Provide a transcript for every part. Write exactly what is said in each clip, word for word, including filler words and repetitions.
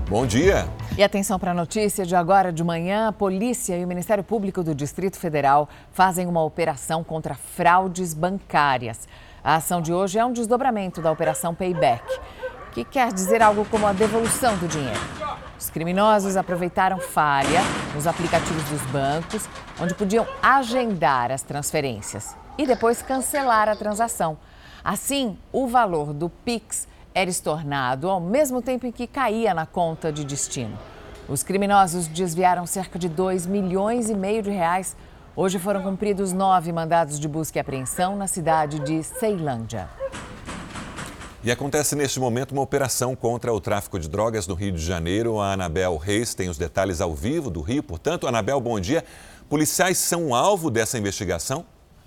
Bom dia. E atenção para a notícia de agora de manhã. A polícia e o Ministério Público do Distrito Federal fazem uma operação contra fraudes bancárias. A ação de hoje é um desdobramento da Operação Payback, que quer dizer algo como a devolução do dinheiro. Os criminosos aproveitaram falha nos aplicativos dos bancos, onde podiam agendar as transferências e depois cancelar a transação. Assim, o valor do Pix era estornado ao mesmo tempo em que caía na conta de destino. Os criminosos desviaram cerca de dois milhões e meio de reais. Hoje foram cumpridos nove mandados de busca e apreensão na cidade de Ceilândia. E acontece neste momento uma operação contra o tráfico de drogas no Rio de Janeiro. A Anabel Reis tem os detalhes ao vivo do Rio. Portanto, Anabel, bom dia. Policiais são alvo dessa investigação?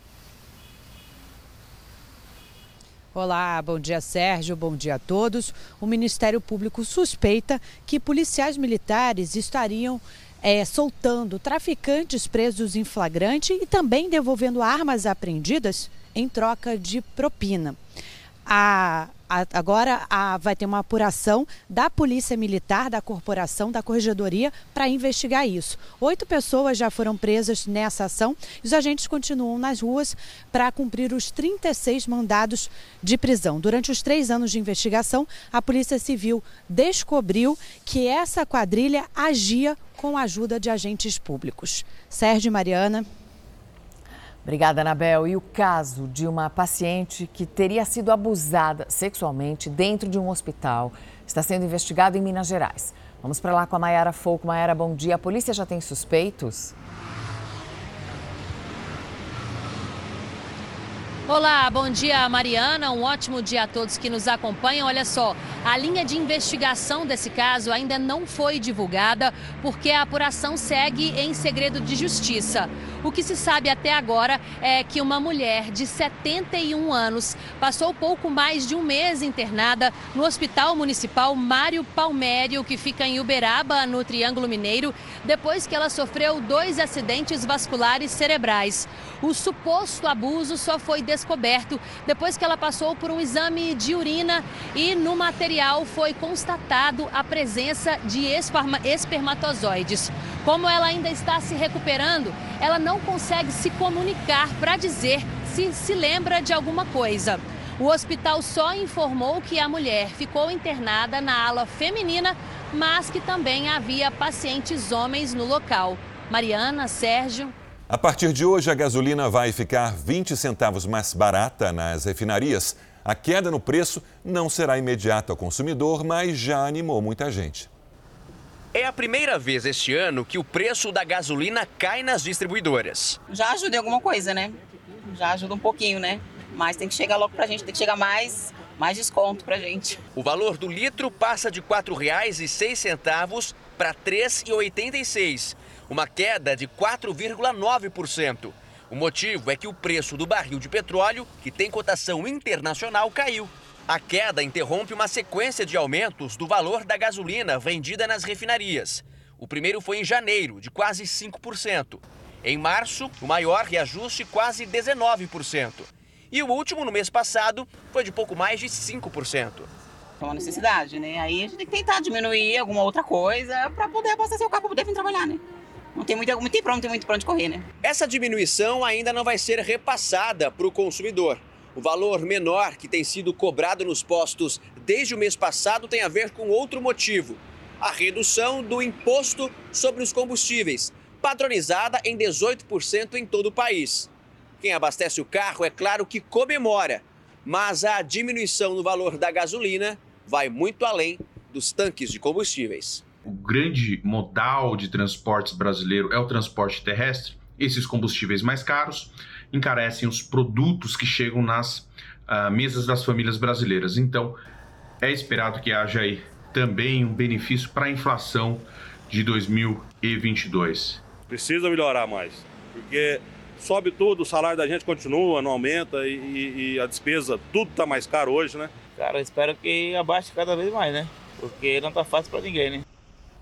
Olá, bom dia Sérgio, bom dia a todos. O Ministério Público suspeita que policiais militares estariam é, soltando traficantes presos em flagrante e também devolvendo armas apreendidas em troca de propina. A, a, agora a, vai ter uma apuração da Polícia Militar, da Corporação, da Corregedoria para investigar isso. Oito pessoas já foram presas nessa ação e os agentes continuam nas ruas para cumprir os trinta e seis mandados de prisão. Durante os três anos de investigação, a Polícia Civil descobriu que essa quadrilha agia com a ajuda de agentes públicos. Sérgio e Mariana. Obrigada, Anabel. E o caso de uma paciente que teria sido abusada sexualmente dentro de um hospital está sendo investigado em Minas Gerais. Vamos para lá com a Mayara Folco. Mayara, bom dia. A polícia já tem suspeitos? Olá, bom dia Mariana, um ótimo dia a todos que nos acompanham. Olha só, a linha de investigação desse caso ainda não foi divulgada porque a apuração segue em segredo de justiça. O que se sabe até agora é que uma mulher de setenta e um anos passou pouco mais de um mês internada no Hospital Municipal Mário Palmério, que fica em Uberaba, no Triângulo Mineiro, depois que ela sofreu dois acidentes vasculares cerebrais. O suposto abuso só foi descoberto depois que ela passou por um exame de urina e no material foi constatado a presença de esperma- espermatozoides. Como ela ainda está se recuperando, ela não consegue se comunicar para dizer se se lembra de alguma coisa. O hospital só informou que a mulher ficou internada na ala feminina, mas que também havia pacientes homens no local. Mariana, Sérgio. A partir de hoje, a gasolina vai ficar vinte centavos mais barata nas refinarias. A queda no preço não será imediata ao consumidor, mas já animou muita gente. É a primeira vez este ano que o preço da gasolina cai nas distribuidoras. Já ajuda em alguma coisa, né? Já ajuda um pouquinho, né? Mas tem que chegar logo pra gente, tem que chegar mais, mais desconto pra gente. O valor do litro passa de quatro reais e seis centavos para três reais e oitenta e seis centavos. Uma queda de quatro vírgula nove por cento. O motivo é que o preço do barril de petróleo, que tem cotação internacional, caiu. A queda interrompe uma sequência de aumentos do valor da gasolina vendida nas refinarias. O primeiro foi em janeiro, de quase cinco por cento. Em março, o maior reajuste, quase dezenove por cento. E o último, no mês passado, foi de pouco mais de cinco por cento. É uma necessidade, né? Aí a gente tem que tentar diminuir alguma outra coisa para poder abastecer o carro, para poder vir trabalhar, né? Não tem muito, muito pronto, tem muito pra onde correr, né? Essa diminuição ainda não vai ser repassada para o consumidor. O valor menor que tem sido cobrado nos postos desde o mês passado tem a ver com outro motivo: a redução do imposto sobre os combustíveis, padronizada em dezoito por cento em todo o país. Quem abastece o carro, é claro que comemora, mas a diminuição no valor da gasolina vai muito além dos tanques de combustíveis. O grande modal de transportes brasileiro é o transporte terrestre. Esses combustíveis mais caros encarecem os produtos que chegam nas uh, mesas das famílias brasileiras. Então, é esperado que haja aí também um benefício para a inflação de dois mil e vinte e dois. Precisa melhorar mais, porque sobe tudo, o salário da gente continua, não aumenta e, e, e a despesa, tudo está mais caro hoje, né? Cara, eu espero que abaixe cada vez mais, né? Porque não tá fácil para ninguém, né?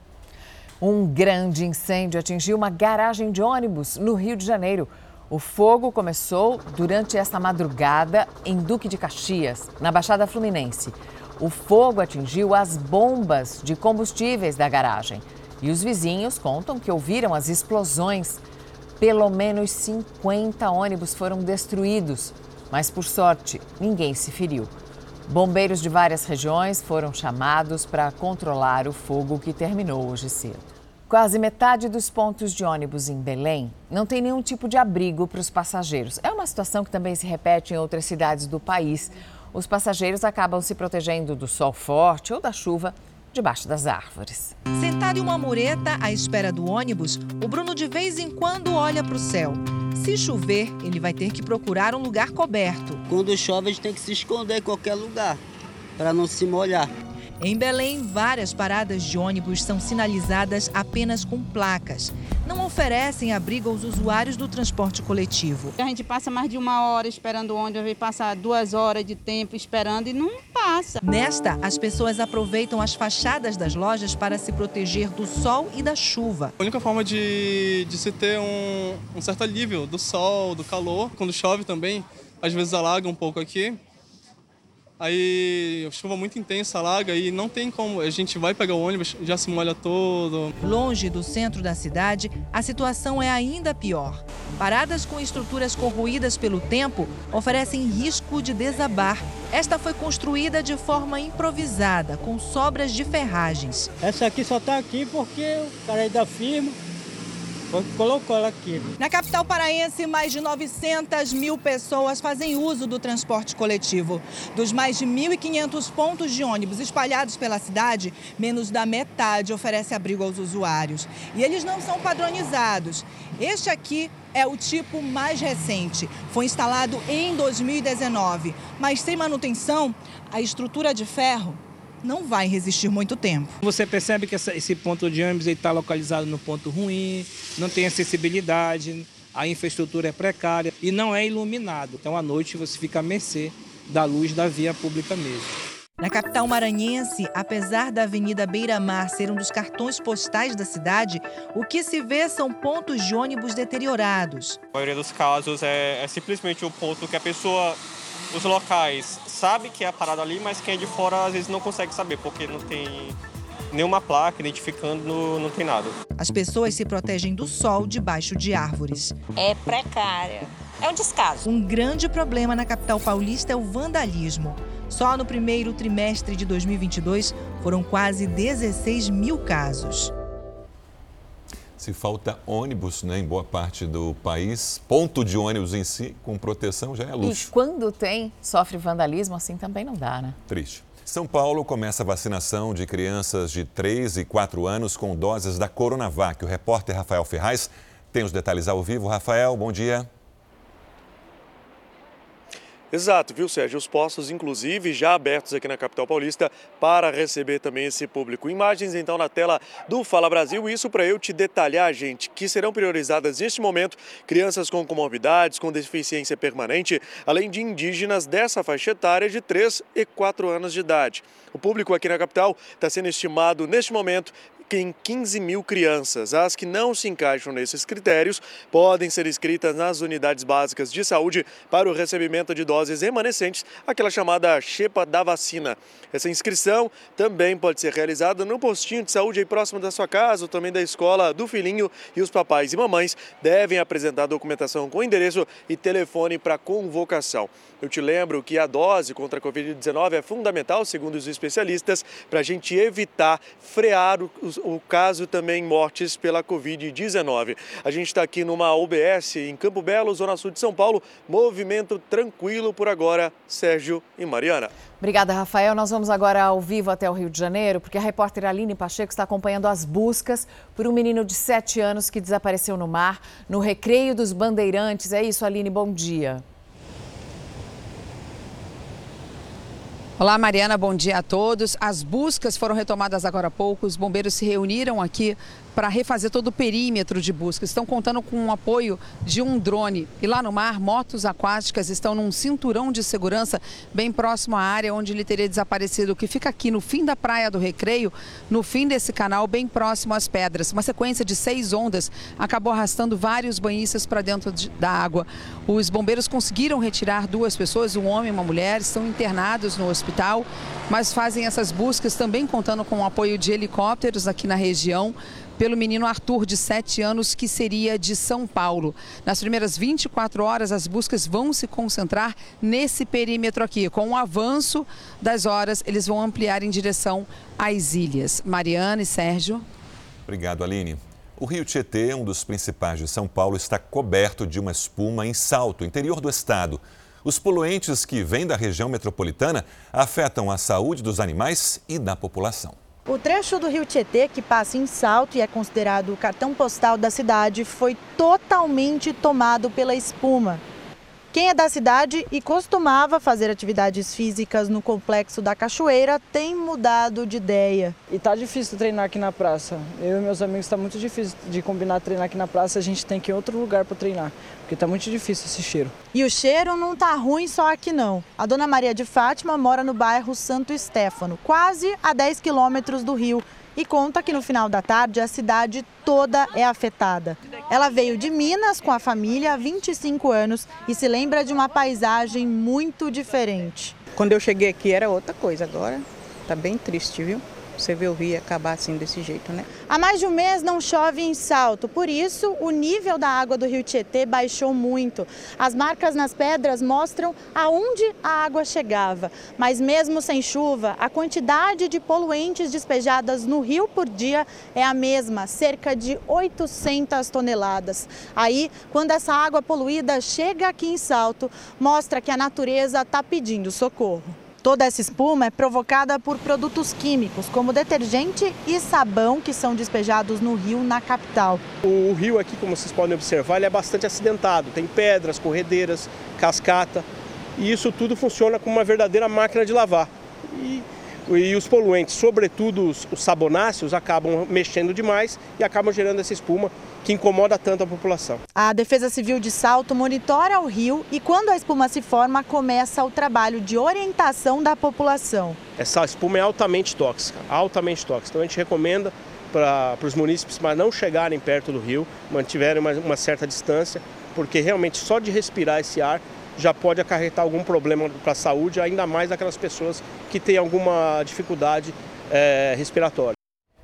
Um grande incêndio atingiu uma garagem de ônibus no Rio de Janeiro. O fogo começou durante esta madrugada em Duque de Caxias, na Baixada Fluminense. O fogo atingiu as bombas de combustíveis da garagem. E os vizinhos contam que ouviram as explosões. Pelo menos cinquenta ônibus foram destruídos, mas por sorte, ninguém se feriu. Bombeiros de várias regiões foram chamados para controlar o fogo que terminou hoje cedo. Quase metade dos pontos de ônibus em Belém não tem nenhum tipo de abrigo para os passageiros. É uma situação que também se repete em outras cidades do país. Os passageiros acabam se protegendo do sol forte ou da chuva debaixo das árvores. Sentado em uma mureta à espera do ônibus, o Bruno de vez em quando olha para o céu. Se chover, ele vai ter que procurar um lugar coberto. Quando chove, a gente tem que se esconder em qualquer lugar, para não se molhar. Em Belém, várias paradas de ônibus são sinalizadas apenas com placas. Não oferecem abrigo aos usuários do transporte coletivo. A gente passa mais de uma hora esperando o ônibus, vai passar duas horas de tempo esperando e não passa. Nesta, as pessoas aproveitam as fachadas das lojas para se proteger do sol e da chuva. A única forma de, de se ter um, um certo alívio do sol, do calor, quando chove também, às vezes alaga um pouco aqui. Aí a chuva muito intensa, alaga e não tem como, a gente vai pegar o ônibus, já se molha todo. Longe do centro da cidade, a situação é ainda pior. Paradas com estruturas corroídas pelo tempo oferecem risco de desabar. Esta foi construída de forma improvisada, com sobras de ferragens. Essa aqui só está aqui porque o cara aí da firma colocou ela aqui. Na capital paraense, mais de novecentas mil pessoas fazem uso do transporte coletivo. Dos mais de mil e quinhentos pontos de ônibus espalhados pela cidade, menos da metade oferece abrigo aos usuários. E eles não são padronizados. Este aqui é o tipo mais recente. Foi instalado em dois mil e dezenove, mas sem manutenção, a estrutura de ferro não vai resistir muito tempo. Você percebe que essa, esse ponto de ônibus está localizado no ponto ruim, não tem acessibilidade, a infraestrutura é precária e não é iluminado. Então, à noite, você fica à mercê da luz da via pública mesmo. Na capital maranhense, apesar da Avenida Beira-Mar ser um dos cartões postais da cidade, o que se vê são pontos de ônibus deteriorados. A maioria dos casos é, é simplesmente o ponto que a pessoa, os locais, sabe que é a parada ali, mas quem é de fora às vezes não consegue saber, porque não tem nenhuma placa identificando, não, não tem nada. As pessoas se protegem do sol debaixo de árvores. É precária, é um descaso. Um grande problema na capital paulista é o vandalismo. Só no primeiro trimestre de dois mil e vinte e dois foram quase dezesseis mil casos. Se falta ônibus, né, em boa parte do país, ponto de ônibus em si, com proteção, já é luxo. E quando tem, sofre vandalismo, assim também não dá, né? Triste. São Paulo começa a vacinação de crianças de três e quatro anos com doses da Coronavac. O repórter Rafael Ferraz tem os detalhes ao vivo. Rafael, bom dia. Exato, viu, Sérgio? Os postos, inclusive, já abertos aqui na capital paulista para receber também esse público. Imagens, então, na tela do Fala Brasil. Isso para eu te detalhar, gente, que serão priorizadas neste momento crianças com comorbidades, com deficiência permanente, além de indígenas dessa faixa etária de três e quatro anos de idade. O público aqui na capital está sendo estimado, neste momento, em quinze mil crianças. As que não se encaixam nesses critérios podem ser inscritas nas unidades básicas de saúde para o recebimento de doses remanescentes, aquela chamada xepa da vacina. Essa inscrição também pode ser realizada no postinho de saúde aí próximo da sua casa ou também da escola do filhinho, e os papais e mamães devem apresentar documentação com endereço e telefone para convocação. Eu te lembro que a dose contra a covid dezenove é fundamental, segundo os especialistas, para a gente evitar, frear o, o caso também mortes pela covid dezenove. A gente está aqui numa U B S em Campo Belo, Zona Sul de São Paulo. Movimento tranquilo por agora, Sérgio e Mariana. Obrigada, Rafael. Nós vamos agora ao vivo até o Rio de Janeiro, porque a repórter Aline Pacheco está acompanhando as buscas por um menino de sete anos que desapareceu no mar, no Recreio dos Bandeirantes. É isso, Aline, bom dia. Olá, Mariana, bom dia a todos. As buscas foram retomadas agora há pouco. Os bombeiros se reuniram aqui para refazer todo o perímetro de busca. Estão contando com o apoio de um drone. E lá no mar, motos aquáticas estão num cinturão de segurança bem próximo à área onde ele teria desaparecido, que fica aqui no fim da Praia do Recreio, no fim desse canal, bem próximo às pedras. Uma sequência de seis ondas acabou arrastando vários banhistas para dentro de, da água. Os bombeiros conseguiram retirar duas pessoas, um homem e uma mulher, estão internados no hospital. hospital, mas fazem essas buscas também contando com o apoio de helicópteros aqui na região, pelo menino Arthur, de sete anos, que seria de São Paulo. Nas primeiras vinte e quatro horas, as buscas vão se concentrar nesse perímetro aqui. Com o avanço das horas, eles vão ampliar em direção às ilhas. Mariana e Sérgio. Obrigado, Aline. O rio Tietê, um dos principais de São Paulo, está coberto de uma espuma em Salto, interior do estado. Os poluentes que vêm da região metropolitana afetam a saúde dos animais e da população. O trecho do rio Tietê, que passa em Salto e é considerado o cartão postal da cidade, foi totalmente tomado pela espuma. Quem é da cidade e costumava fazer atividades físicas no complexo da Cachoeira tem mudado de ideia. E tá difícil treinar aqui na praça. Eu e meus amigos está muito difícil de combinar treinar aqui na praça. A gente tem que ir em outro lugar para treinar, porque tá muito difícil esse cheiro. E o cheiro não tá ruim só aqui não. A dona Maria de Fátima mora no bairro Santo Estéfano, quase a dez quilômetros do rio. E conta que no final da tarde a cidade toda é afetada. Ela veio de Minas com a família há vinte e cinco anos e se lembra de uma paisagem muito diferente. Quando eu cheguei aqui era outra coisa, agora tá bem triste, viu? Você vê o rio acabar assim desse jeito, né? Há mais de um mês não chove em Salto, por isso o nível da água do rio Tietê baixou muito. As marcas nas pedras mostram aonde a água chegava, mas mesmo sem chuva, a quantidade de poluentes despejadas no rio por dia é a mesma, cerca de oitocentas toneladas. Aí, quando essa água poluída chega aqui em Salto, mostra que a natureza está pedindo socorro. Toda essa espuma é provocada por produtos químicos, como detergente e sabão, que são despejados no rio na capital. O rio aqui, como vocês podem observar, ele é bastante acidentado. Tem pedras, corredeiras, cascata, e isso tudo funciona como uma verdadeira máquina de lavar. E, e os poluentes, sobretudo os, os sabonáceos, acabam mexendo demais e acabam gerando essa espuma que incomoda tanto a população. A Defesa Civil de Salto monitora o rio e quando a espuma se forma, começa o trabalho de orientação da população. Essa espuma é altamente tóxica, altamente tóxica. Então a gente recomenda para os munícipes para não chegarem perto do rio, mantiverem uma, uma certa distância, porque realmente só de respirar esse ar já pode acarretar algum problema para a saúde, ainda mais daquelas pessoas que têm alguma dificuldade é, respiratória.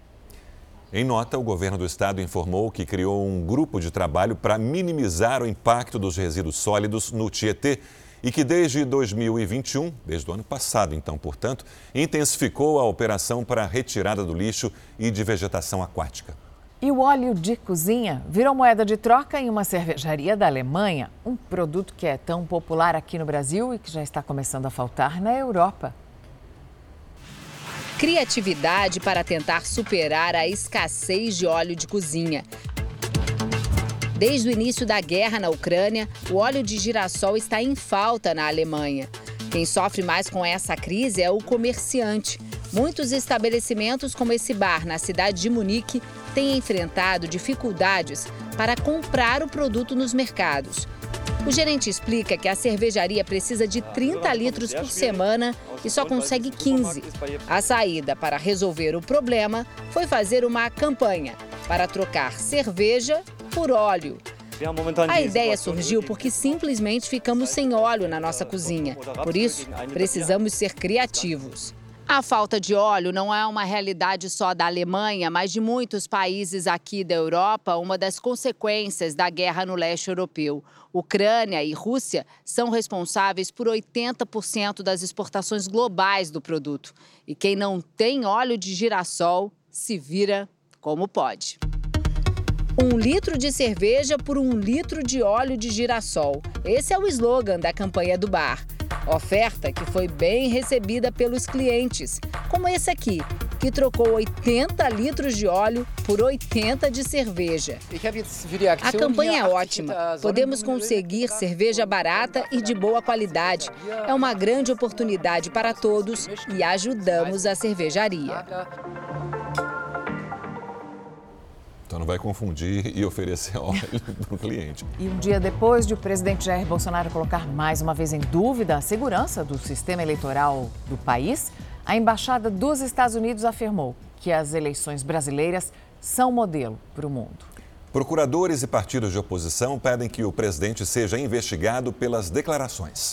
Em nota, o governo do estado informou que criou um grupo de trabalho para minimizar o impacto dos resíduos sólidos no Tietê e que desde dois mil e vinte e um, desde o ano passado então, portanto, intensificou a operação para a retirada do lixo e de vegetação aquática. E o óleo de cozinha virou moeda de troca em uma cervejaria da Alemanha, um produto que é tão popular aqui no Brasil e que já está começando a faltar na Europa. Criatividade para tentar superar a escassez de óleo de cozinha. Desde o início da guerra na Ucrânia, o óleo de girassol está em falta na Alemanha. Quem sofre mais com essa crise é o comerciante. Muitos estabelecimentos, como esse bar na cidade de Munique, têm enfrentado dificuldades para comprar o produto nos mercados. O gerente explica que a cervejaria precisa de trinta litros por semana e só consegue quinze. A saída para resolver o problema foi fazer uma campanha para trocar cerveja por óleo. A ideia surgiu porque simplesmente ficamos sem óleo na nossa cozinha. Por isso, precisamos ser criativos. A falta de óleo não é uma realidade só da Alemanha, mas de muitos países aqui da Europa, uma das consequências da guerra no leste europeu. Ucrânia e Rússia são responsáveis por oitenta por cento das exportações globais do produto. E quem não tem óleo de girassol se vira como pode. Um litro de cerveja por um litro de óleo de girassol. Esse é o slogan da campanha do bar. Oferta que foi bem recebida pelos clientes, como esse aqui, que trocou oitenta litros de óleo por oitenta de cerveja. A campanha é ótima. Podemos conseguir cerveja barata e de boa qualidade. É uma grande oportunidade para todos e ajudamos a cervejaria. Então não vai confundir e oferecer óleo para o cliente. E um dia depois de o presidente Jair Bolsonaro colocar mais uma vez em dúvida a segurança do sistema eleitoral do país, a Embaixada dos Estados Unidos afirmou que as eleições brasileiras são modelo para o mundo. Procuradores e partidos de oposição pedem que o presidente seja investigado pelas declarações.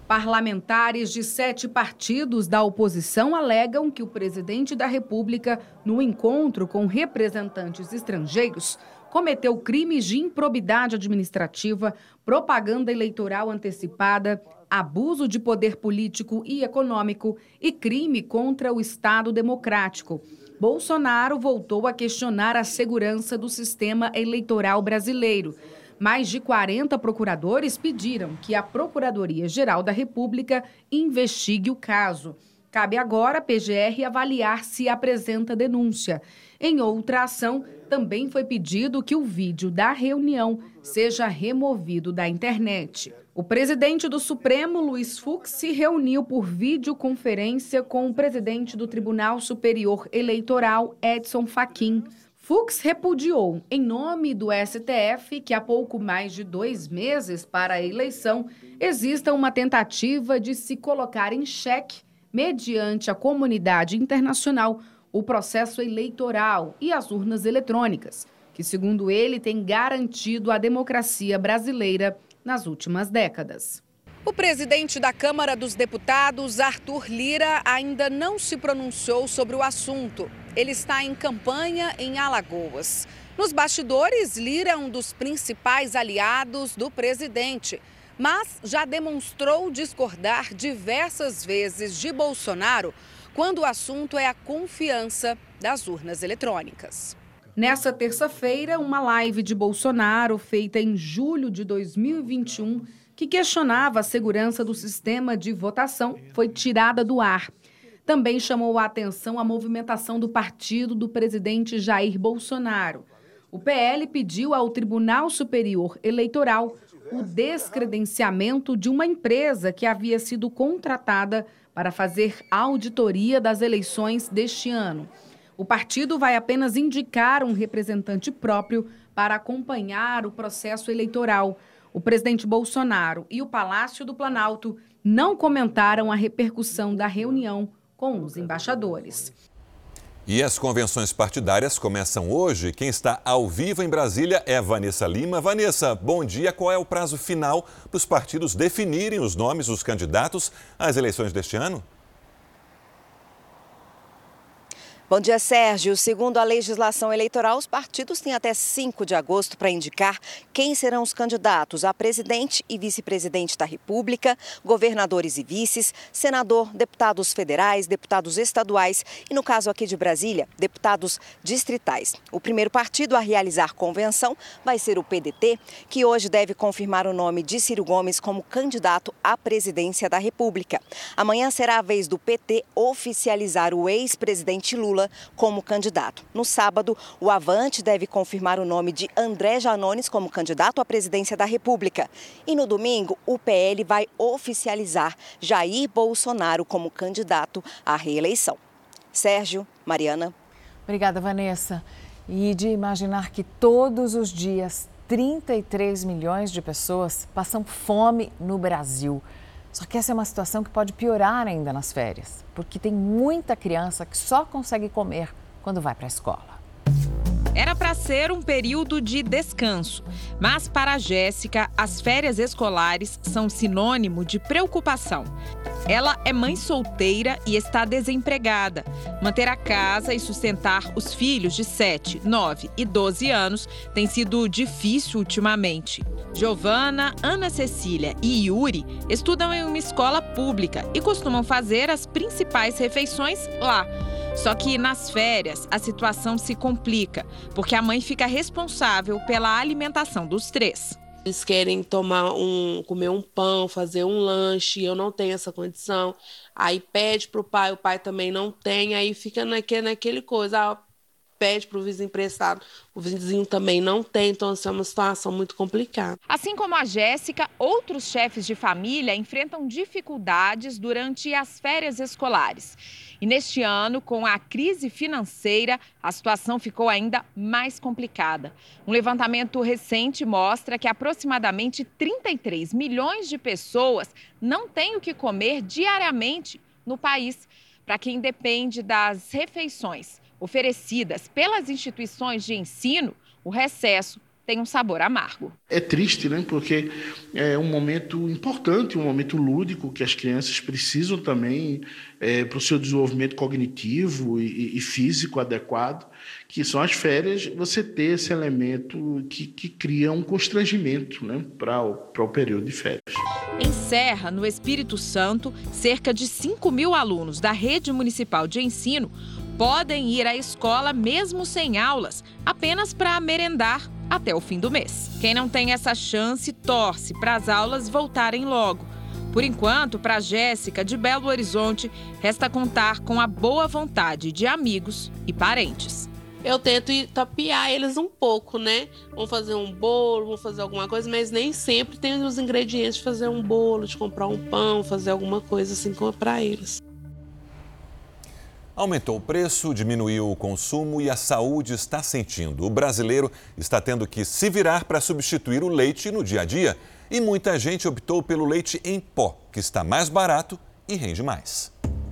Parlamentares de sete partidos da oposição alegam que o presidente da República, no encontro com representantes estrangeiros, cometeu crimes de improbidade administrativa, propaganda eleitoral antecipada, abuso de poder político e econômico e crime contra o Estado democrático. Bolsonaro voltou a questionar a segurança do sistema eleitoral brasileiro. Mais de quarenta procuradores pediram que a Procuradoria-Geral da República investigue o caso. Cabe agora à P G R avaliar se apresenta denúncia. Em outra ação, também foi pedido que o vídeo da reunião seja removido da internet. O presidente do Supremo, Luiz Fux, se reuniu por videoconferência com o presidente do Tribunal Superior Eleitoral, Edson Fachin. Fux repudiou, em nome do S T F, que há pouco mais de dois meses para a eleição, exista uma tentativa de se colocar em xeque, mediante a comunidade internacional, o processo eleitoral e as urnas eletrônicas, que, segundo ele, tem garantido a democracia brasileira nas últimas décadas. O presidente da Câmara dos Deputados, Arthur Lira, ainda não se pronunciou sobre o assunto. Ele está em campanha em Alagoas. Nos bastidores, Lira é um dos principais aliados do presidente, mas já demonstrou discordar diversas vezes de Bolsonaro quando o assunto é a confiança das urnas eletrônicas. Nessa terça-feira, uma live de Bolsonaro, feita em julho de dois mil e vinte e um, que questionava a segurança do sistema de votação, foi tirada do ar. Também chamou a atenção a movimentação do partido do presidente Jair Bolsonaro. O P L pediu ao Tribunal Superior Eleitoral o descredenciamento de uma empresa que havia sido contratada para fazer auditoria das eleições deste ano. O partido vai apenas indicar um representante próprio para acompanhar o processo eleitoral. O presidente Bolsonaro e o Palácio do Planalto não comentaram a repercussão da reunião com os embaixadores. E as convenções partidárias começam hoje. Quem está ao vivo em Brasília é Vanessa Lima. Vanessa, bom dia. Qual é o prazo final para os partidos definirem os nomes dos candidatos às eleições deste ano? Bom dia, Sérgio. Segundo a legislação eleitoral, os partidos têm até cinco de agosto para indicar quem serão os candidatos a presidente e vice-presidente da República, governadores e vices, senador, deputados federais, deputados estaduais e, no caso aqui de Brasília, deputados distritais. O primeiro partido a realizar convenção vai ser o P D T, que hoje deve confirmar o nome de Ciro Gomes como candidato à presidência da República. Amanhã será a vez do P T oficializar o ex-presidente Lula como candidato. No sábado, o Avante deve confirmar o nome de André Janones como candidato à presidência da República. E no domingo, o P L vai oficializar Jair Bolsonaro como candidato à reeleição. Sérgio, Mariana. Obrigada, Vanessa. E de imaginar que todos os dias trinta e três milhões de pessoas passam fome no Brasil. Só que essa é uma situação que pode piorar ainda nas férias, porque tem muita criança que só consegue comer quando vai para a escola. Era para ser um período de descanso, mas para a Jéssica, as férias escolares são sinônimo de preocupação. Ela é mãe solteira e está desempregada. Manter a casa e sustentar os filhos de sete, nove e doze anos tem sido difícil ultimamente. Giovana, Ana Cecília e Yuri estudam em uma escola pública e costumam fazer as principais refeições lá. Só que nas férias a situação se complica, porque a mãe fica responsável pela alimentação dos três. Eles querem tomar um, comer um pão, fazer um lanche, eu não tenho essa condição. Aí pede pro pai, o pai também não tem, aí fica naquele, naquele coisa, ah, pede pro vizinho emprestado, o vizinho também não tem, então essa é uma situação muito complicada. Assim como a Jéssica, outros chefes de família enfrentam dificuldades durante as férias escolares. E neste ano, com a crise financeira, a situação ficou ainda mais complicada. Um levantamento recente mostra que aproximadamente trinta e três milhões de pessoas não têm o que comer diariamente no país. Para quem depende das refeições oferecidas pelas instituições de ensino, o recesso tem um sabor amargo. É triste, né? Porque é um momento importante, um momento lúdico que as crianças precisam também é, para o seu desenvolvimento cognitivo e, e físico adequado, que são as férias, você ter esse elemento que, que cria um constrangimento, né, para o, para o período de férias. Em Serra, no Espírito Santo, cerca de cinco mil alunos da rede municipal de ensino podem ir à escola mesmo sem aulas, apenas para merendar até o fim do mês. Quem não tem essa chance torce para as aulas voltarem logo. Por enquanto, para Jéssica, de Belo Horizonte, resta contar com a boa vontade de amigos e parentes. Eu tento tapear eles um pouco, né? Vamos fazer um bolo, vamos fazer alguma coisa, mas nem sempre tem os ingredientes de fazer um bolo, de comprar um pão, fazer alguma coisa assim para eles. Aumentou o preço, diminuiu o consumo e a saúde está sentindo. O brasileiro está tendo que se virar para substituir o leite no dia a dia. E muita gente optou pelo leite em pó, que está mais barato e rende mais.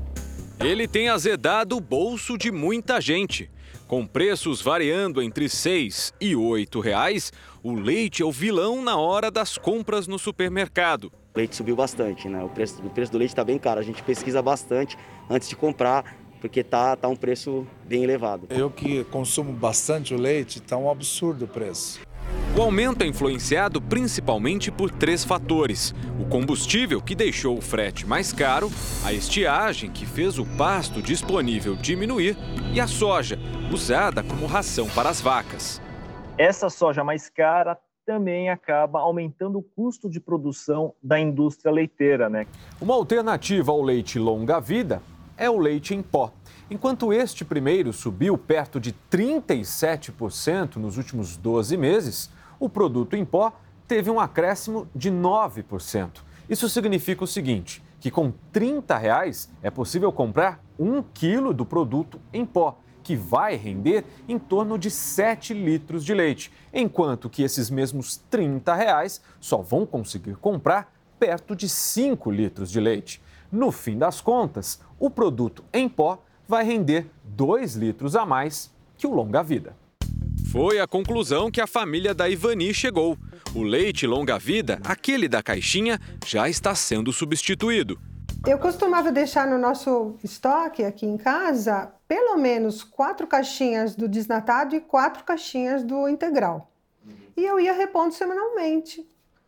Ele tem azedado o bolso de muita gente. Com preços variando entre seis e oito reais, o leite é o vilão na hora das compras no supermercado. O leite subiu bastante, né? O preço, o preço do leite está bem caro. A gente pesquisa bastante antes de comprar, porque tá, tá um preço bem elevado. Eu que consumo bastante o leite, tá um absurdo o preço. O aumento é influenciado principalmente por três fatores: o combustível, que deixou o frete mais caro, a estiagem, que fez o pasto disponível diminuir, e a soja, usada como ração para as vacas. Essa soja mais cara também acaba aumentando o custo de produção da indústria leiteira, né? Uma alternativa ao leite longa-vida é o leite em pó. Enquanto este primeiro subiu perto de trinta e sete por cento nos últimos doze meses, o produto em pó teve um acréscimo de nove por cento. Isso significa o seguinte, que com trinta reais é possível comprar um quilo do produto em pó, que vai render em torno de sete litros de leite, enquanto que esses mesmos trinta reais só vão conseguir comprar perto de cinco litros de leite. No fim das contas, o produto em pó vai render dois litros a mais que o longa-vida. Foi a conclusão que a família da Ivani chegou. O leite longa-vida, aquele da caixinha, já está sendo substituído. Eu costumava deixar no nosso estoque aqui em casa pelo menos quatro caixinhas do desnatado e quatro caixinhas do integral. E eu ia repondo semanalmente.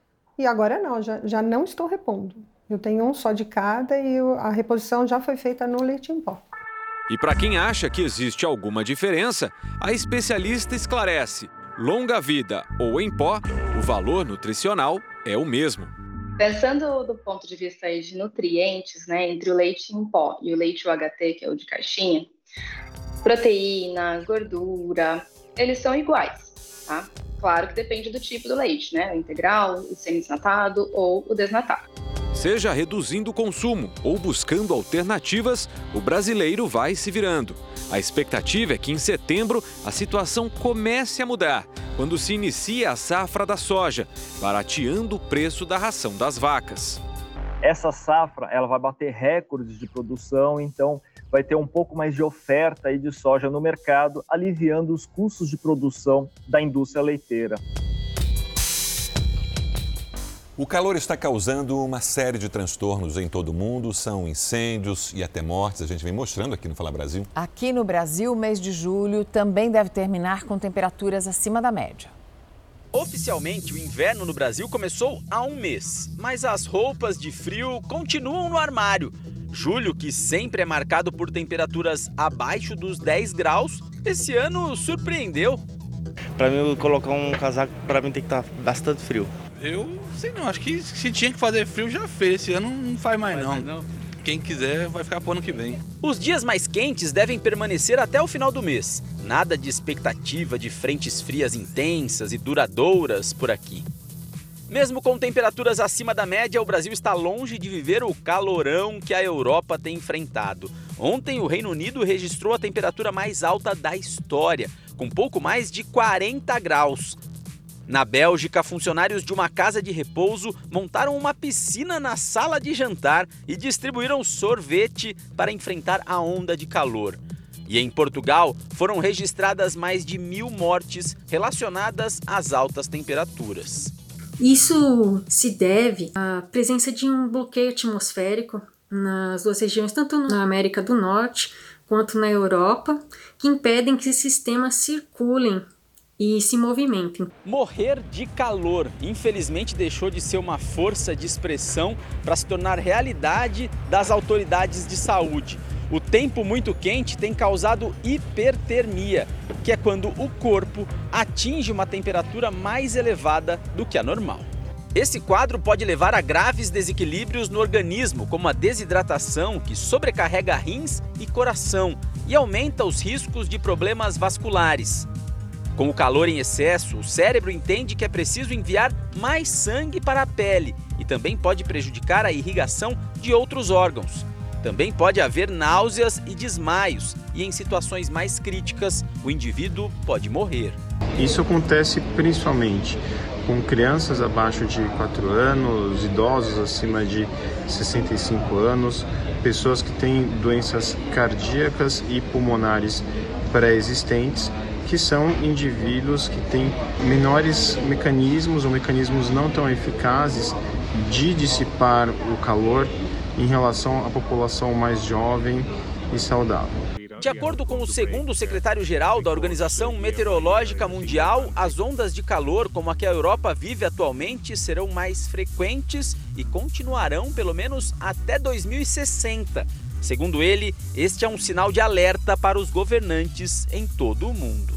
E agora não, já, já não estou repondo. Eu tenho um só de cada e eu, a reposição já foi feita no leite em pó. E para quem acha que existe alguma diferença, a especialista esclarece: longa-vida ou em pó, o valor nutricional é o mesmo. Pensando do ponto de vista aí de nutrientes, né, entre o leite em pó e o leite U H T, que é o de caixinha, proteína, gordura, eles são iguais, tá? Claro que depende do tipo do leite, né? O integral, o semi-desnatado ou o desnatado. Seja reduzindo o consumo ou buscando alternativas, o brasileiro vai se virando. A expectativa é que em setembro a situação comece a mudar, quando se inicia a safra da soja, barateando o preço da ração das vacas. Essa safra ela vai bater recordes de produção, então vai ter um pouco mais de oferta aí de soja no mercado, aliviando os custos de produção da indústria leiteira. O calor está causando uma série de transtornos em todo o mundo, são incêndios e até mortes, a gente vem mostrando aqui no Fala Brasil. Aqui no Brasil, o mês de julho também deve terminar com temperaturas acima da média. Oficialmente, o inverno no Brasil começou há um mês, mas as roupas de frio continuam no armário. Julho, que sempre é marcado por temperaturas abaixo dos dez graus, esse ano surpreendeu. Para mim, colocar um casaco, para mim tem que estar bastante frio. Eu sei não, acho que se tinha que fazer frio já fez, esse ano não faz mais não. não. Quem quiser vai ficar pro ano que vem. Os dias mais quentes devem permanecer até o final do mês. Nada de expectativa de frentes frias intensas e duradouras por aqui. Mesmo com temperaturas acima da média, o Brasil está longe de viver o calorão que a Europa tem enfrentado. Ontem, o Reino Unido registrou a temperatura mais alta da história, com pouco mais de quarenta graus. Na Bélgica, funcionários de uma casa de repouso montaram uma piscina na sala de jantar e distribuíram sorvete para enfrentar a onda de calor. E em Portugal, foram registradas mais de mil mortes relacionadas às altas temperaturas. Isso se deve à presença de um bloqueio atmosférico nas duas regiões, tanto na América do Norte quanto na Europa, que impedem que esses sistemas circulem e se movimentem. Morrer de calor, infelizmente, deixou de ser uma força de expressão para se tornar realidade das autoridades de saúde. O tempo muito quente tem causado hipertermia, que é quando o corpo atinge uma temperatura mais elevada do que a normal. Esse quadro pode levar a graves desequilíbrios no organismo, como a desidratação, que sobrecarrega rins e coração e aumenta os riscos de problemas vasculares. Com o calor em excesso, o cérebro entende que é preciso enviar mais sangue para a pele e também pode prejudicar a irrigação de outros órgãos. Também pode haver náuseas e desmaios, e em situações mais críticas, o indivíduo pode morrer. Isso acontece principalmente com crianças abaixo de quatro anos, idosos acima de sessenta e cinco anos, pessoas que têm doenças cardíacas e pulmonares pré-existentes, que são indivíduos que têm menores mecanismos ou mecanismos não tão eficazes de dissipar o calor em relação à população mais jovem e saudável. De acordo com o segundo secretário-geral da Organização Meteorológica Mundial, as ondas de calor como a que a Europa vive atualmente serão mais frequentes e continuarão pelo menos até dois mil e sessenta. Segundo ele, este é um sinal de alerta para os governantes em todo o mundo.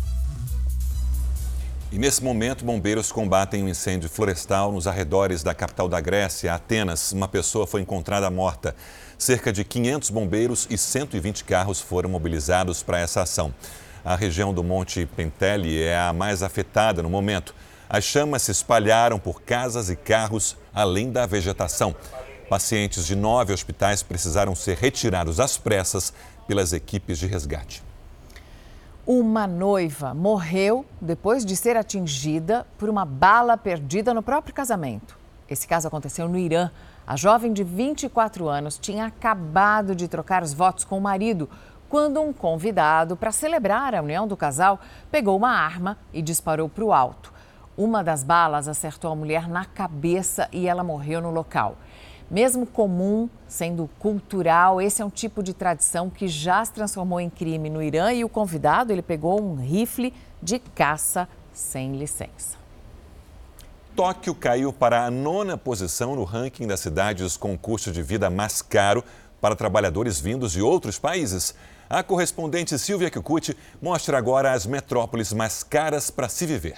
E nesse momento, bombeiros combatem um incêndio florestal nos arredores da capital da Grécia, Atenas. Uma pessoa foi encontrada morta. Cerca de quinhentos bombeiros e cento e vinte carros foram mobilizados para essa ação. A região do Monte Penteli é a mais afetada no momento. As chamas se espalharam por casas e carros, além da vegetação. Pacientes de nove hospitais precisaram ser retirados às pressas pelas equipes de resgate. Uma noiva morreu depois de ser atingida por uma bala perdida no próprio casamento. Esse caso aconteceu no Irã. A jovem de vinte e quatro anos tinha acabado de trocar os votos com o marido quando um convidado para celebrar a união do casal pegou uma arma e disparou para o alto. Uma das balas acertou a mulher na cabeça e ela morreu no local. Mesmo comum, sendo cultural, esse é um tipo de tradição que já se transformou em crime no Irã e o convidado, ele pegou um rifle de caça sem licença. Tóquio caiu para a nona posição no ranking das cidades com custo de vida mais caro para trabalhadores vindos de outros países. A correspondente Silvia Kikuchi mostra agora as metrópoles mais caras para se viver.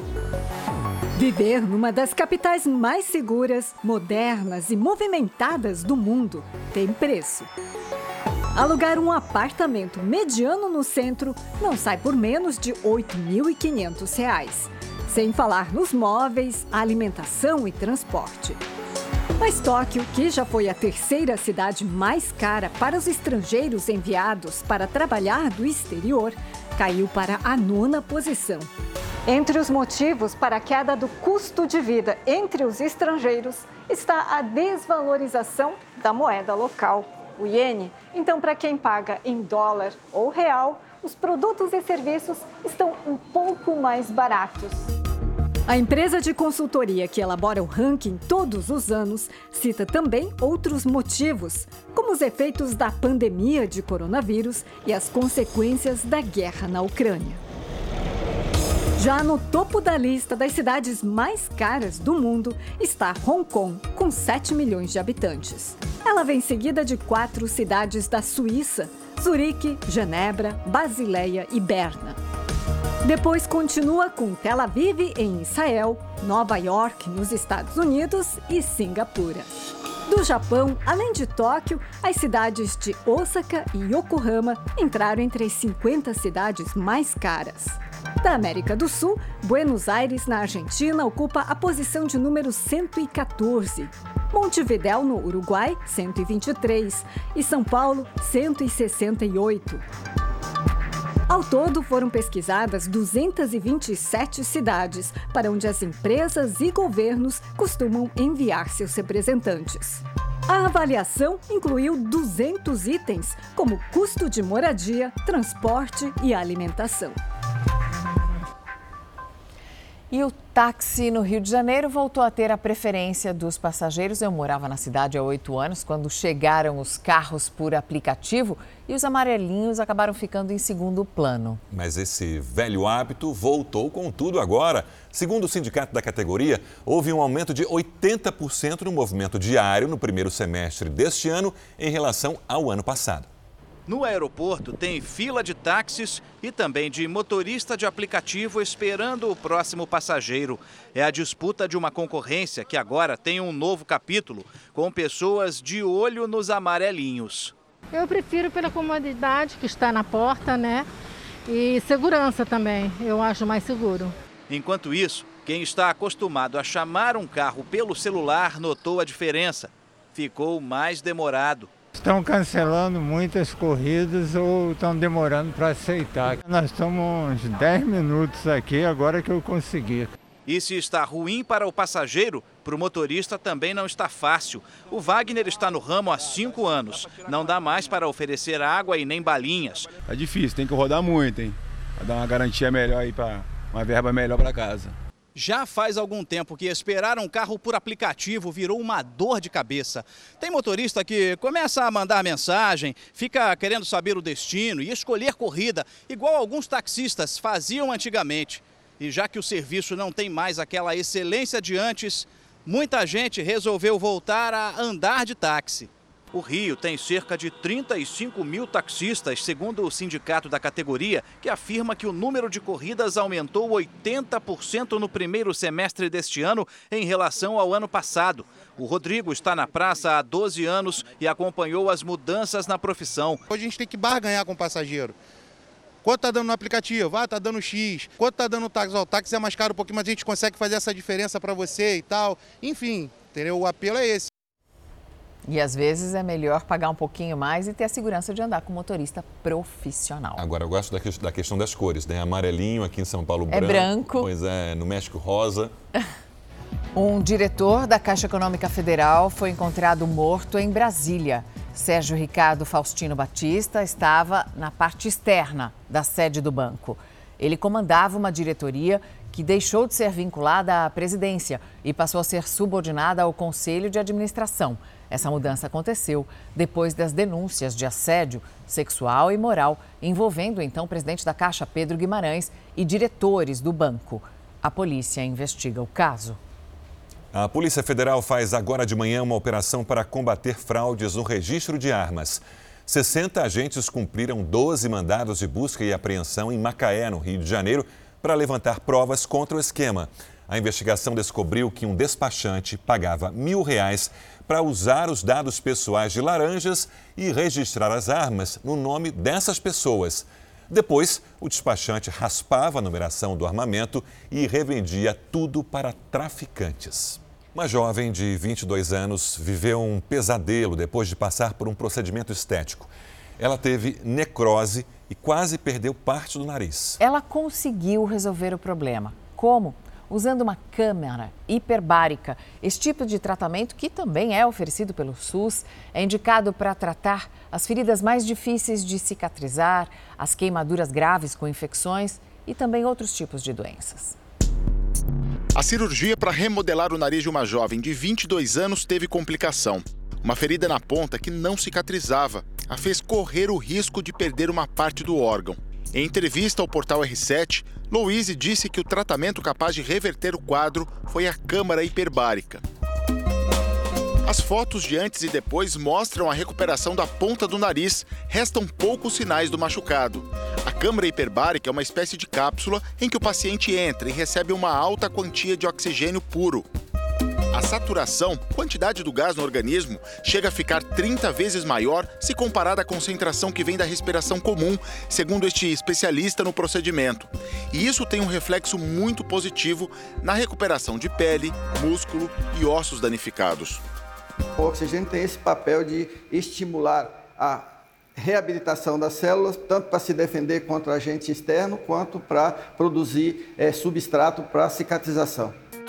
Viver numa das capitais mais seguras, modernas e movimentadas do mundo tem preço. Alugar um apartamento mediano no centro não sai por menos de oito mil e quinhentos reais, sem falar nos móveis, alimentação e transporte. Mas Tóquio, que já foi a terceira cidade mais cara para os estrangeiros enviados para trabalhar do exterior, caiu para a nona posição. Entre os motivos para a queda do custo de vida entre os estrangeiros está a desvalorização da moeda local, o iene. Então, para quem paga em dólar ou real, os produtos e serviços estão um pouco mais baratos. A empresa de consultoria que elabora o ranking todos os anos cita também outros motivos, como os efeitos da pandemia de coronavírus e as consequências da guerra na Ucrânia. Já no topo da lista das cidades mais caras do mundo está Hong Kong, com sete milhões de habitantes. Ela vem seguida de quatro cidades da Suíça: Zurique, Genebra, Basileia e Berna. Depois continua com Tel Aviv, em Israel, Nova York, nos Estados Unidos e Singapura. Do Japão, além de Tóquio, as cidades de Osaka e Yokohama entraram entre as cinquenta cidades mais caras. Da América do Sul, Buenos Aires, na Argentina, ocupa a posição de número cento e quatorze. Montevidéu, no Uruguai, cento e vinte e três. E São Paulo, cento e sessenta e oito. Ao todo, foram pesquisadas duzentas e vinte e sete cidades, para onde as empresas e governos costumam enviar seus representantes. A avaliação incluiu duzentos itens, como custo de moradia, transporte e alimentação. E o táxi no Rio de Janeiro voltou a ter a preferência dos passageiros. Eu morava na cidade há oito anos, quando chegaram os carros por aplicativo e os amarelinhos acabaram ficando em segundo plano. Mas esse velho hábito voltou com tudo agora. Segundo o sindicato da categoria, houve um aumento de oitenta por cento no movimento diário no primeiro semestre deste ano em relação ao ano passado. No aeroporto tem fila de táxis e também de motorista de aplicativo esperando o próximo passageiro. É a disputa de uma concorrência que agora tem um novo capítulo, com pessoas de olho nos amarelinhos. Eu prefiro pela comodidade que está na porta, né? E segurança também, eu acho mais seguro. Enquanto isso, quem está acostumado a chamar um carro pelo celular notou a diferença. Ficou mais demorado. Estão cancelando muitas corridas ou estão demorando para aceitar. Nós estamos uns dez minutos aqui, agora que eu consegui. E se está ruim para o passageiro, para o motorista também não está fácil. O Wagner está no ramo há cinco anos. Não dá mais para oferecer água e nem balinhas. É difícil, tem que rodar muito, hein? Para dar uma garantia melhor aí, para uma verba melhor para casa. Já faz algum tempo que esperar um carro por aplicativo virou uma dor de cabeça. Tem motorista que começa a mandar mensagem, fica querendo saber o destino e escolher corrida, igual alguns taxistas faziam antigamente. E já que o serviço não tem mais aquela excelência de antes, muita gente resolveu voltar a andar de táxi. O Rio tem cerca de trinta e cinco mil taxistas, segundo o sindicato da categoria, que afirma que o número de corridas aumentou oitenta por cento no primeiro semestre deste ano em relação ao ano passado. O Rodrigo está na praça há doze anos e acompanhou as mudanças na profissão. Hoje a gente tem que barganhar com o passageiro. Quanto está dando no aplicativo? Ah, está dando X. Quanto está dando no táxi? Oh, o táxi é mais caro um pouquinho, mas a gente consegue fazer essa diferença para você e tal. Enfim, entendeu? O apelo é esse. E às vezes é melhor pagar um pouquinho mais e ter a segurança de andar com um motorista profissional. Agora, eu gosto da, que, da questão das cores, né? Amarelinho, aqui em São Paulo, é branco. branco. Pois é, no México, rosa. Um diretor da Caixa Econômica Federal foi encontrado morto em Brasília. Sérgio Ricardo Faustino Batista estava na parte externa da sede do banco. Ele comandava uma diretoria que deixou de ser vinculada à presidência e passou a ser subordinada ao Conselho de Administração. Essa mudança aconteceu depois das denúncias de assédio sexual e moral envolvendo então o presidente da Caixa, Pedro Guimarães, e diretores do banco. A polícia investiga o caso. A Polícia Federal faz agora de manhã uma operação para combater fraudes no registro de armas. sessenta agentes cumpriram doze mandados de busca e apreensão em Macaé, no Rio de Janeiro, para levantar provas contra o esquema. A investigação descobriu que um despachante pagava mil reais para usar os dados pessoais de laranjas e registrar as armas no nome dessas pessoas. Depois, o despachante raspava a numeração do armamento e revendia tudo para traficantes. Uma jovem de vinte e dois anos viveu um pesadelo depois de passar por um procedimento estético. Ela teve necrose e quase perdeu parte do nariz. Ela conseguiu resolver o problema. Como? Usando uma câmara hiperbárica. Esse tipo de tratamento, que também é oferecido pelo SUS, é indicado para tratar as feridas mais difíceis de cicatrizar, as queimaduras graves com infecções e também outros tipos de doenças. A cirurgia para remodelar o nariz de uma jovem de vinte e dois anos teve complicação. Uma ferida na ponta que não cicatrizava a fez correr o risco de perder uma parte do órgão. Em entrevista ao portal R sete, Louise disse que o tratamento capaz de reverter o quadro foi a câmara hiperbárica. As fotos de antes e depois mostram a recuperação da ponta do nariz, restam poucos sinais do machucado. A câmara hiperbárica é uma espécie de cápsula em que o paciente entra e recebe uma alta quantia de oxigênio puro. A saturação, quantidade do gás no organismo, chega a ficar trinta vezes maior se comparada à concentração que vem da respiração comum, segundo este especialista no procedimento. E isso tem um reflexo muito positivo na recuperação de pele, músculo e ossos danificados. O oxigênio tem esse papel de estimular a reabilitação das células, tanto para se defender contra agente externo, quanto para produzir é, substrato para cicatrização.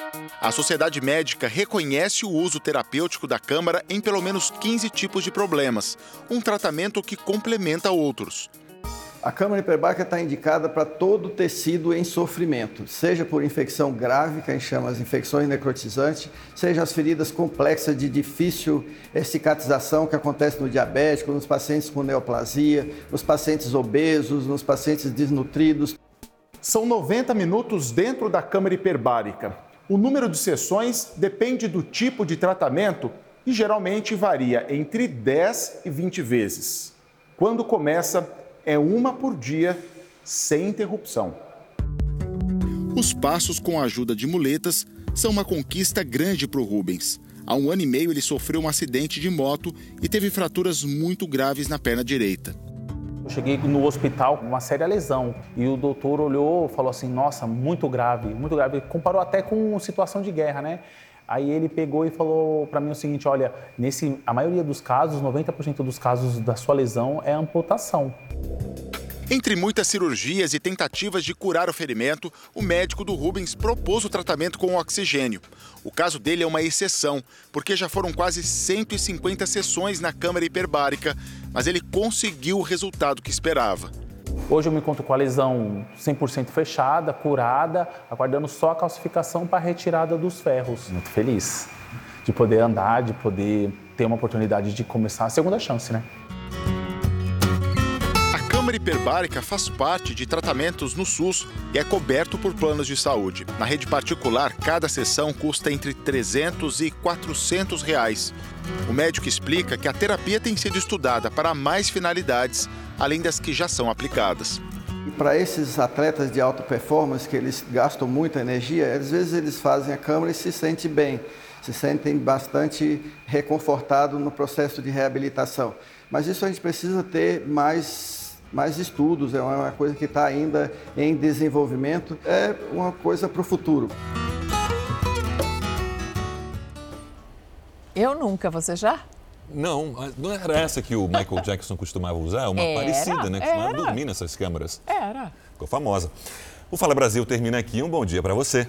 A Sociedade Médica reconhece o uso terapêutico da câmara em pelo menos quinze tipos de problemas, um tratamento que complementa outros. A câmara hiperbárica está indicada para todo tecido em sofrimento, seja por infecção grave, que a gente chama as infecções necrotizantes, seja as feridas complexas de difícil cicatrização que acontece no diabético, nos pacientes com neoplasia, nos pacientes obesos, nos pacientes desnutridos. São noventa minutos dentro da câmara hiperbárica. O número de sessões depende do tipo de tratamento e geralmente varia entre dez e vinte vezes. Quando começa, é uma por dia, sem interrupção. Os passos com a ajuda de muletas são uma conquista grande para o Rubens. Há um ano e meio ele sofreu um acidente de moto e teve fraturas muito graves na perna direita. Eu cheguei no hospital com uma séria lesão e o doutor olhou e falou assim, nossa, muito grave, muito grave. Comparou até com situação de guerra, né? Aí ele pegou e falou para mim o seguinte, olha, nesse, a maioria dos casos, noventa por cento dos casos da sua lesão é amputação. Entre muitas cirurgias e tentativas de curar o ferimento, o médico do Rubens propôs o tratamento com oxigênio. O caso dele é uma exceção, porque já foram quase cento e cinquenta sessões na câmara hiperbárica, mas ele conseguiu o resultado que esperava. Hoje eu me encontro com a lesão cem por cento fechada, curada, aguardando só a calcificação para a retirada dos ferros. Muito feliz de poder andar, de poder ter uma oportunidade de começar a segunda chance, né? A câmara hiperbárica faz parte de tratamentos no SUS e é coberto por planos de saúde. Na rede particular, cada sessão custa entre trezentos e quatrocentos reais. O médico explica que a terapia tem sido estudada para mais finalidades, além das que já são aplicadas. Para esses atletas de alta performance, que eles gastam muita energia, às vezes eles fazem a câmara e se sentem bem, se sentem bastante reconfortados no processo de reabilitação. Mas isso a gente precisa ter mais, mais estudos, é uma coisa que está ainda em desenvolvimento, é uma coisa para o futuro. Eu nunca, você já? Não, não era essa que o Michael Jackson costumava usar? Uma Era, parecida, né? Costumava era. dormir nessas câmaras. Era. Ficou famosa. O Fala Brasil termina aqui. Um bom dia para você.